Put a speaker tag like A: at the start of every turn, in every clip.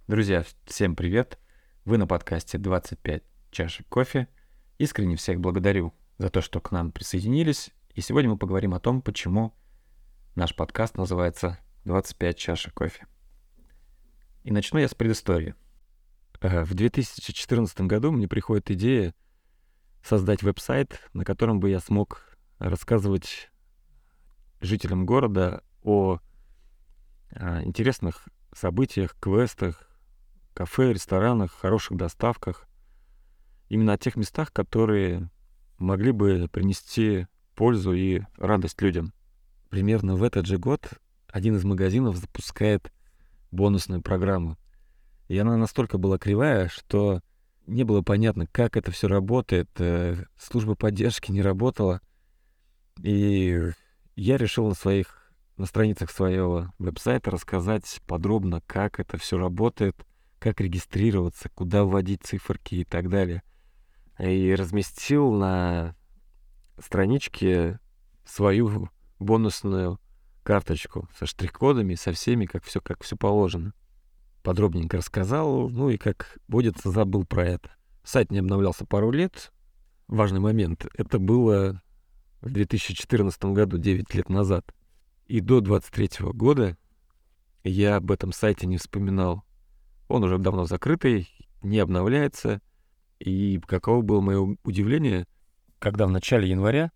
A: Друзья, всем привет! Вы на подкасте «25 чашек кофе». Искренне всех благодарю за то, что к нам присоединились. И сегодня мы поговорим о том, почему наш подкаст называется «25 чашек кофе». И начну я с предыстории. В 2014 году мне приходит идея создать веб-сайт, на котором бы я смог рассказывать жителям города о интересных событиях, квестах, кафе, ресторанах, хороших доставках. Именно о тех местах, которые могли бы принести пользу и радость людям. Примерно в этот же год один из магазинов запускает бонусную программу. И она настолько была кривая, что не было понятно, как это все работает. Служба поддержки не работала. И я решил на страницах своего веб-сайта рассказать подробно, как это все работает, как регистрироваться, куда вводить циферки и так далее. И разместил на страничке свою бонусную карточку со штрих-кодами, со всеми, как все положено. Подробненько рассказал, ну и, как водится, забыл про это. Сайт не обновлялся пару лет. Важный момент. Это было в 2014 году, 9 лет назад. И до 23 года я об этом сайте не вспоминал. Он уже давно закрытый, не обновляется. И каково было мое удивление, когда в начале января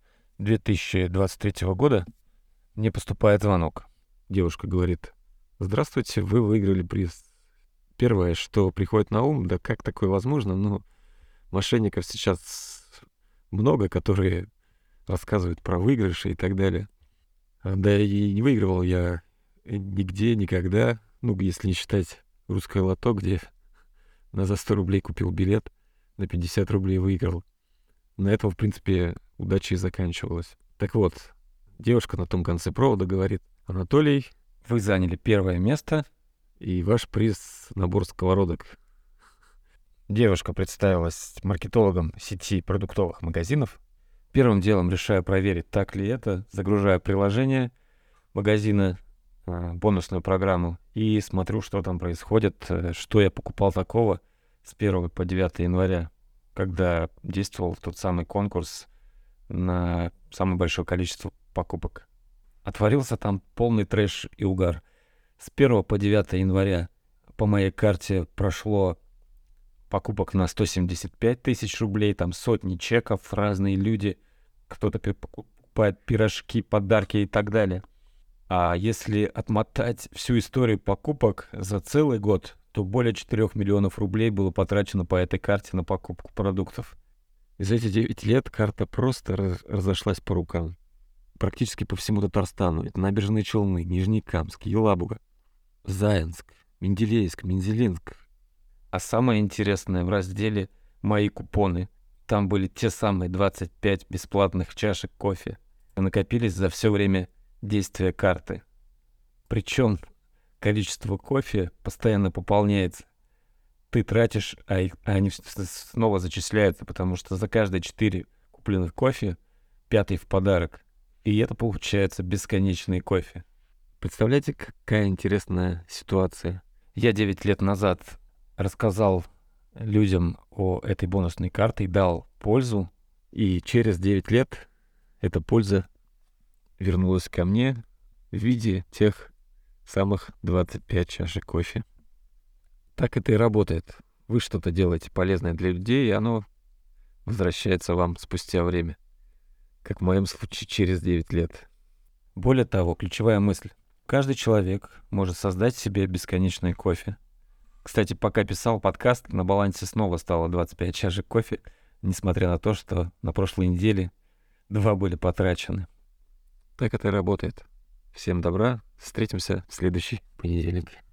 A: 2023 года мне поступает звонок. Девушка говорит: «Здравствуйте, вы выиграли приз». Первое, что приходит на ум, да как такое возможно? Ну, мошенников сейчас много, которые рассказывают про выигрыши и так далее. Да и не выигрывал я нигде, никогда. Ну, если не считать русское лото, где за 100 рублей купил билет, на 50 рублей выиграл. На этом, в принципе, удача и заканчивалась. Так вот, девушка на том конце провода говорит: «Анатолий, вы заняли первое место, и ваш приз — набор сковородок». Девушка представилась маркетологом сети продуктовых магазинов. Первым делом решаю проверить, так ли это, загружаю приложение магазина, бонусную программу, и смотрю, что там происходит, что я покупал такого с 1 по 9 января, когда действовал тот самый конкурс на самое большое количество покупок. Отворился там полный трэш и угар. С 1 по 9 января по моей карте прошло покупок на 175 тысяч рублей, там сотни чеков, разные люди, кто-то покупает пирожки, подарки и так далее. А если отмотать всю историю покупок за целый год, то более 4 миллионов рублей было потрачено по этой карте на покупку продуктов. И за эти 9 лет карта просто разошлась по рукам. Практически по всему Татарстану. Это Набережные Челны, Нижнекамск, Елабуга, Заинск, Менделеевск, Мензелинск. А самое интересное в разделе «Мои купоны». Там были те самые 25 бесплатных чашек кофе. Накопились за все время действия карты. Причем количество кофе постоянно пополняется. Ты тратишь, а они снова зачисляются, потому что за каждые 4 купленных кофе 5-й в подарок. И это получается бесконечный кофе. Представляете, какая интересная ситуация? Я 9 лет назад рассказал людям о этой бонусной карте и дал пользу. И через 9 лет эта польза вернулась ко мне в виде тех самых 25 чашек кофе. Так это и работает. Вы что-то делаете полезное для людей, и оно возвращается вам спустя время. Как в моем случае, через 9 лет. Более того, ключевая мысль. Каждый человек может создать себе бесконечный кофе. Кстати, пока писал подкаст, на балансе снова стало 25 чашек кофе, несмотря на то, что на прошлой неделе 2 были потрачены. Так это и работает. Всем добра. Встретимся в следующий понедельник.